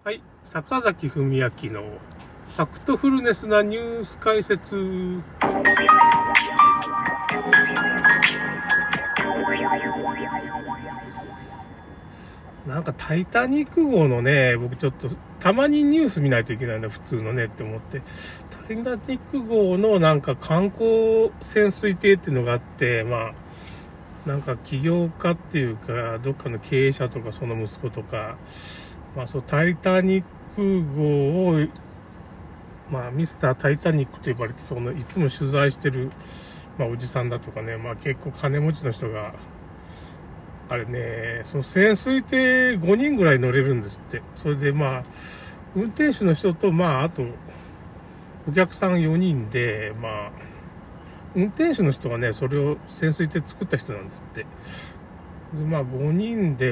はい、坂崎文明のファクトフルネスなニュース解説。なんかタイタニック号のね、僕ちょっとたまにニュース見ないといけないんだ、普通のねって思って。タイタニック号のなんか観光潜水艇っていうのがあって、なんか起業家っていうか、どっかの経営者とかその息子とか、そう、タイタニック号を、ミスタータイタニックと呼ばれて、いつも取材してる、おじさんだとかね、結構金持ちの人が、あれね、その潜水艇5人ぐらい乗れるんですって。それで運転手の人と、あと、お客さん4人で、運転手の人がね、それを潜水艇作った人なんですって。で、5人で、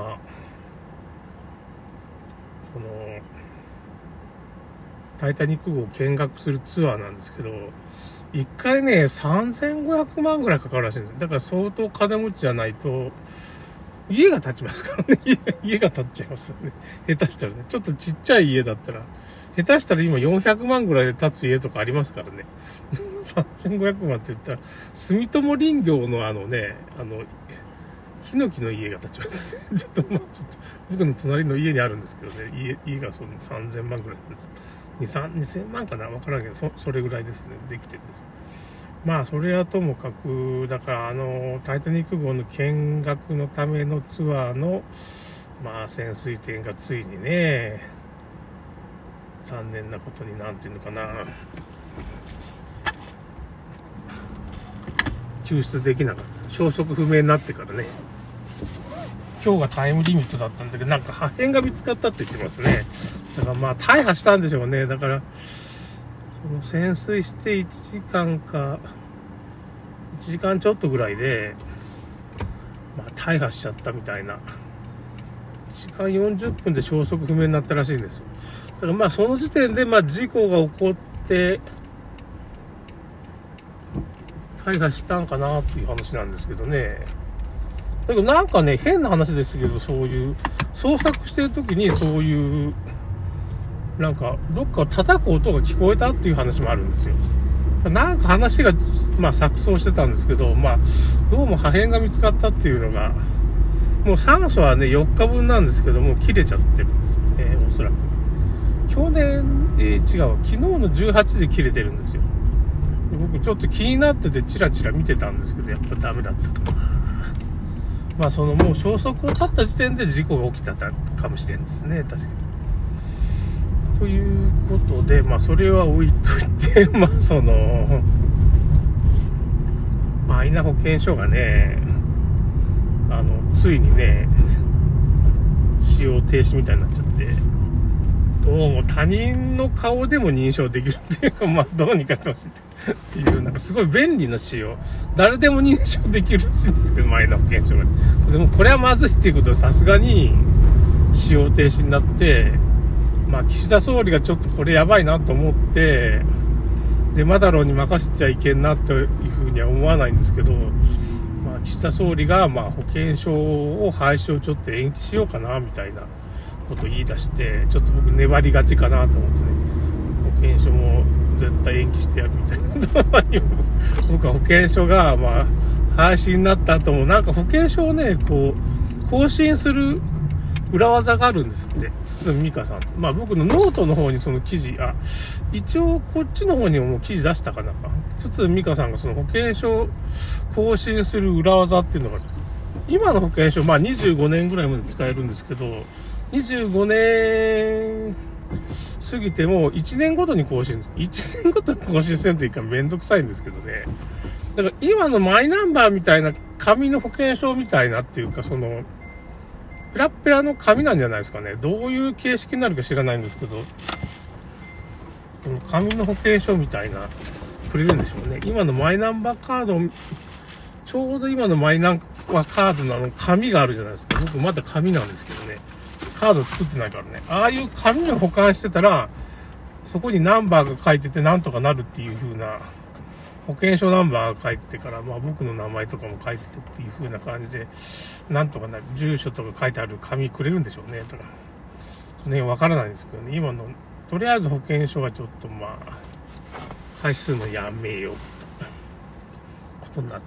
タイタニック号を見学するツアーなんですけど、1回ね、3500万ぐらいかかるらしいんです。だから相当金持ちじゃないと、家が建ちますからね。家が建っちゃいますよね。下手したらね。ちょっとちっちゃい家だったら、下手したら今400万ぐらいで建つ家とかありますからね。3500万って言ったら、住友林業のヒノキの家が建ちますね。ちょっと僕の隣の家にあるんですけどね、家がその3000万ぐらいなんです。2000万かなわからんけど、それぐらいですね、できてるんです。それはともかく、だからタイタニック号の見学のためのツアーの、潜水艇がついにね、残念なことになんていうのかな、救出できなかった。消息不明になってからね。今日がタイムリミットだったんだけど、なんか破片が見つかったって言ってますね。だから大破したんでしょうね。だから、その潜水して1時間ちょっとぐらいで、大破しちゃったみたいな。1時間40分で消息不明になったらしいんですよ。だからその時点で事故が起こって、大破したんかなっていう話なんですけどね。だけどなんかね、変な話ですけど、そういう捜索してる時にそういうなんかどっかを叩く音が聞こえたっていう話もあるんですよ。なんか話が錯綜してたんですけど、どうも破片が見つかったっていうのが、もう酸素はね4日分なんですけども切れちゃってるんですよね、おそらく。去年、違う、昨日の18時切れてるんですよ。僕ちょっと気になっててチラチラ見てたんですけど、やっぱダメだったと。もう消息を絶った時点で事故が起きたかもしれんですね、確かに。ということで、それは置いといて、マイナ保険証がね、ついにね、使用停止みたいになっちゃって、どうも他人の顔でも認証できるっていうか、どうにかしてほしいっていう、なんかすごい便利な仕様。誰でも認証できるらしいんですけど、マイナ保険証が。でもこれはまずいっていうことはさすがに使用停止になって、岸田総理がちょっとこれやばいなと思って、で、マダローに任せちゃいけんなというふうには思わないんですけど、岸田総理が保険証を廃止をちょっと延期しようかなみたいなことを言い出して、ちょっと僕粘りがちかなと思ってね、保険証も絶対延期してやるみたいな。僕は保険証が廃止になった後もなんか保険証をね、更新する裏技があるんですって、堤美香さんって。僕のノートの方にその記事、一応こっちの方にも記事出したかな。堤美香さんがその保険証更新する裏技っていうのが、今の保険証、25年ぐらいまで使えるんですけど、25年過ぎても1年ごとに更新です。1年ごとに更新せんといいからめんどくさいんですけどね。だから今のマイナンバーみたいな紙の保険証みたいなっていうか、ペラッペラの紙なんじゃないですかね。どういう形式になるか知らないんですけど、紙の保険証みたいなくれるんでしょうね。今のマイナンバーカード、ちょうど今のマイナンバーカードの紙があるじゃないですか。僕まだ紙なんですけどね。カード作ってないからね。ああいう紙を保管してたら、そこにナンバーが書いててなんとかなるっていう風な、保険証ナンバーが書いててから、僕の名前とかも書いててっていう風な感じで、なんとかなる、住所とか書いてある紙くれるんでしょうね。だからね、わからないんですけどね、今の、とりあえず保険証はちょっとまあ、廃止するのやめようことになって、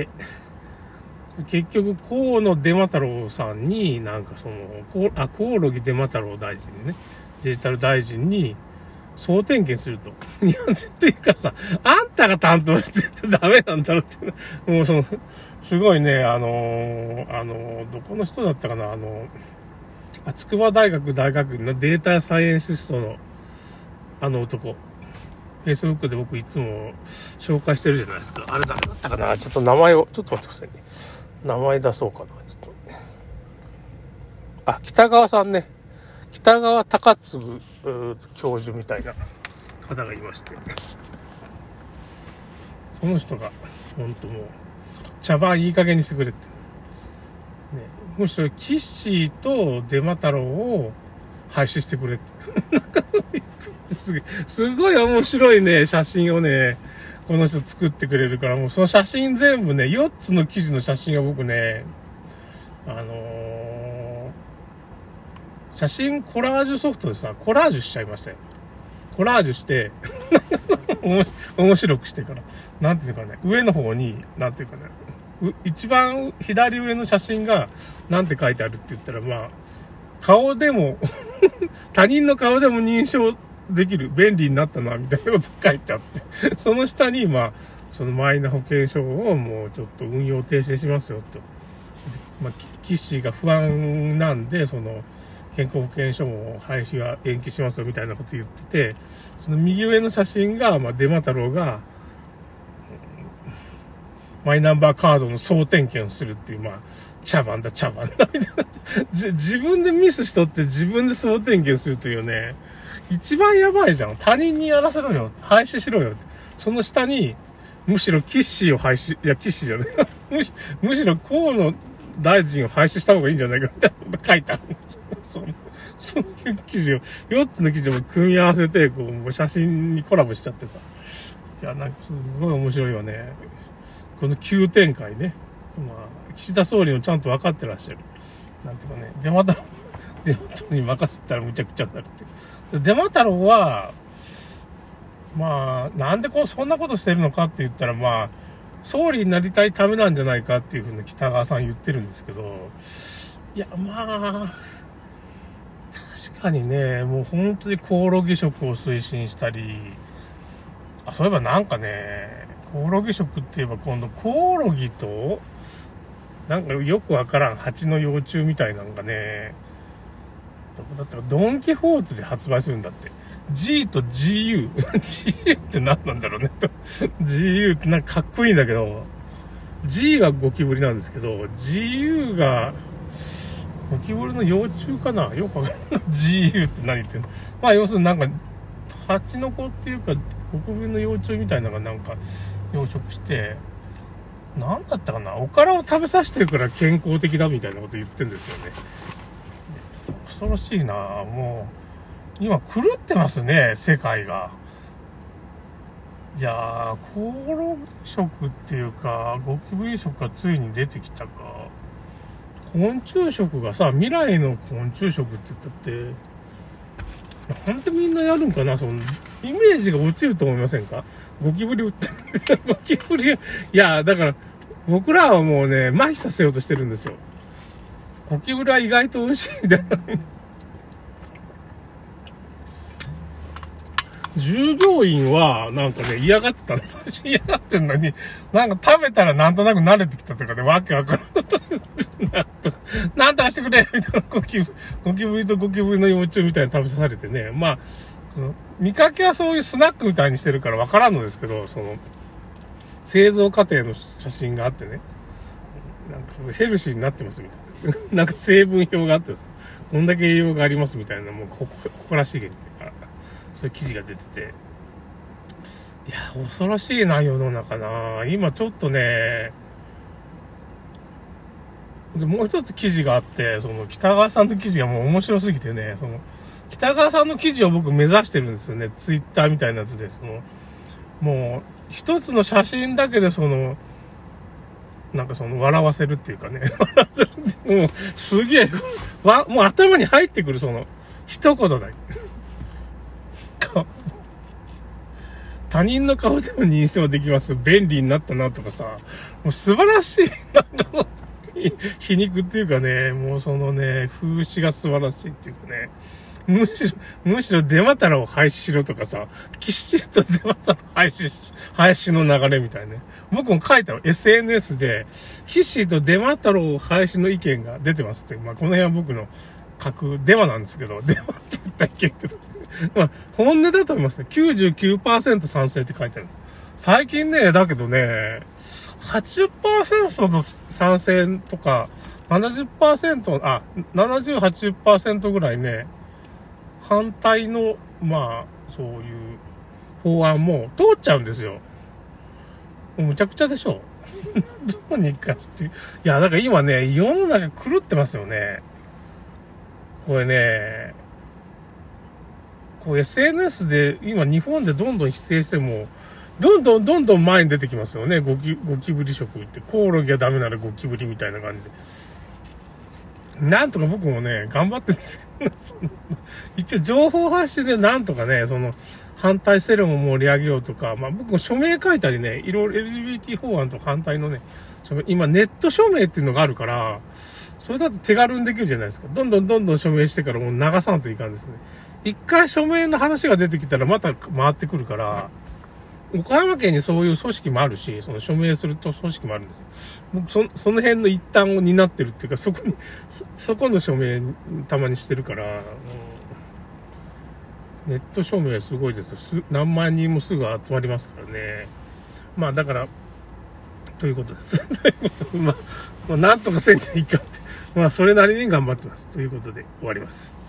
結局、河野デマ太郎さんに、なんかその、コオロギデマ太郎大臣ね、デジタル大臣に、総点検すると。いや、絶対かさ、あんたが担当しててダメなんだろって。もうその、すごいね、どこの人だったかな、筑波大学大学院のデータサイエンシストの、男。Facebook で僕いつも紹介してるじゃないですか。あれ誰だったかな、ちょっと名前を、ちょっと待ってくださいね。名前出そうかな、ちょっと。北川さんね。北川隆次教授みたいな方がいまして。その人が、ほんともう、茶番いい加減にしてくれって。ね、むしろ、キッシーとデマ太郎を廃止してくれって。すごい面白いね、写真をね、この人作ってくれるから、もうその写真全部ね、4つの記事の写真を僕ね、写真コラージュソフトでさ、コラージュしちゃいましたよ。コラージュして、面白くしてから、なんていうかね、上の方に、なんていうかね、一番左上の写真が、なんて書いてあるって言ったら、まあ、顔でも、他人の顔でも認証できる、便利になったな、みたいなこと書いてあって、その下に、まあ、そのマイナ保険証をもうちょっと運用停止しますよ、と。まあ、キッシーが不安なんで、その、健康保険証も廃止は延期しますよみたいなこと言ってて、その右上の写真が、まあ、デマ太郎が、マイナンバーカードの総点検をするっていう、まあ、茶番だ、みたいな。自分でミスしとって自分で総点検するというね、一番やばいじゃん。他人にやらせろよ。廃止しろよ。その下に、むしろキッシーを廃止、いや、キッシーじゃない。むしろ河野大臣を廃止した方がいいんじゃないかって書いてあるんですよ。そういう記事を、4つの記事を組み合わせて、こう、もう写真にコラボしちゃってさ。いや、なんかすごい面白いわね。この急展開ね。まあ、岸田総理もちゃんと分かってらっしゃる。なんていうかね、デマ太郎に任せたらむちゃくちゃになるっていう。デマ太郎は、まあ、なんでそんなことしてるのかって言ったら、まあ、総理になりたいためなんじゃないかっていうふうに北川さん言ってるんですけど、いや、まあ、確かにね、もう本当にコオロギ食を推進したり、そういえばなんかね、コオロギ食って言えば今度コオロギと、なんかよくわからん蜂の幼虫みたいなのがね、どこだったかドンキホーテで発売するんだって。G と GU。GU って何なんだろうね。GU ってなんかかっこいいんだけど、G がゴキブリなんですけど、GU が、ゴキブリの幼虫かなよくわかんない。GU って何言ってんの。まあ要するになんか、蜂の子っていうか、ゴキブリの幼虫みたいなのがなんか養殖して、なんだったかなおからを食べさせてるから健康的だみたいなこと言ってるんですよね。恐ろしいなもう、今狂ってますね、世界が。いやー、コオロギ食っていうか、ゴキブリ食がついに出てきたか。昆虫食がさ、未来の昆虫食って言ったって、なんでみんなやるんかなその、イメージが落ちると思いませんかゴキブリ売ってるんですよ。ゴキブリ、いや、だから、僕らはもうね、麻痺させようとしてるんですよ。ゴキブリは意外と美味しいみたいな。従業員は、なんかね、嫌がってたんですよ。嫌がってんのに、なんか食べたらなんとなく慣れてきたとかで、わけわからんこと言ってんだとか、なんとかしてくれみたいな、ゴキブリとゴキブリの幼虫みたいに食べさされてね。まあ、見かけはそういうスナックみたいにしてるからわからんのですけど、その、製造過程の写真があってね、なんかヘルシーになってますみたいな。なんか成分表があって、こんだけ栄養がありますみたいな、もう誇らしげに。そういう記事が出てて。いや、恐ろしいな、世の中な。今ちょっとね、で、もう一つ記事があって、その、北川さんの記事がもう面白すぎてね、その、北川さんの記事を僕目指してるんですよね。ツイッターみたいなやつで、その、もう、一つの写真だけでその、なんかその、笑わせるっていうかね、笑わせるって、もう、すげえ、もう頭に入ってくる、その、 一言だけ。他人の顔でも認証できます。便利になったなとかさ、もう素晴らしい。なんか、皮肉っていうかね、もうそのね、風刺が素晴らしいっていうかね、むしろデマタラを廃止しろとかさ、きっちりとデマタラ廃止の流れみたいね。僕も書いたの、SNS で、きっちりとデマタラを廃止の意見が出てますって。まあこの辺は僕の書くデマなんですけど、デマって言ったっけけど、まあ本音だと思いますね。99% 賛成って書いてある。最近ね、だけどね、80% の賛成とか、70%、70、80% ぐらいね、反対の、まあ、そういう法案も通っちゃうんですよ。もうむちゃくちゃでしょ。どうにかして。いや、だから今ね、世の中狂ってますよね。これね、SNS で、今日本でどんどん規制しても、どんどん前に出てきますよね。ゴキブリ食って。コオロギがダメならゴキブリみたいな感じで。なんとか僕もね、頑張って一応情報発信でなんとかね、反対世論を盛り上げようとか、まあ僕も署名書いたりね、いろいろ LGBT 法案とか反対のね、今ネット署名っていうのがあるから、それだと手軽にできるじゃないですか。どんどん署名してからもう流さんといかんですよね。一回署名の話が出てきたらまた回ってくるから、岡山県にそういう組織もあるし、署名すると組織もあるんですよ。僕その辺の一端を担ってるっていうか、そこの署名たまにしてるから、ネット署名すごいですよ。何万人もすぐ集まりますからね。まあだから、ということです。ということです。まあ、なんとかせんじゃいかって。まあそれなりに頑張ってます。ということで終わります。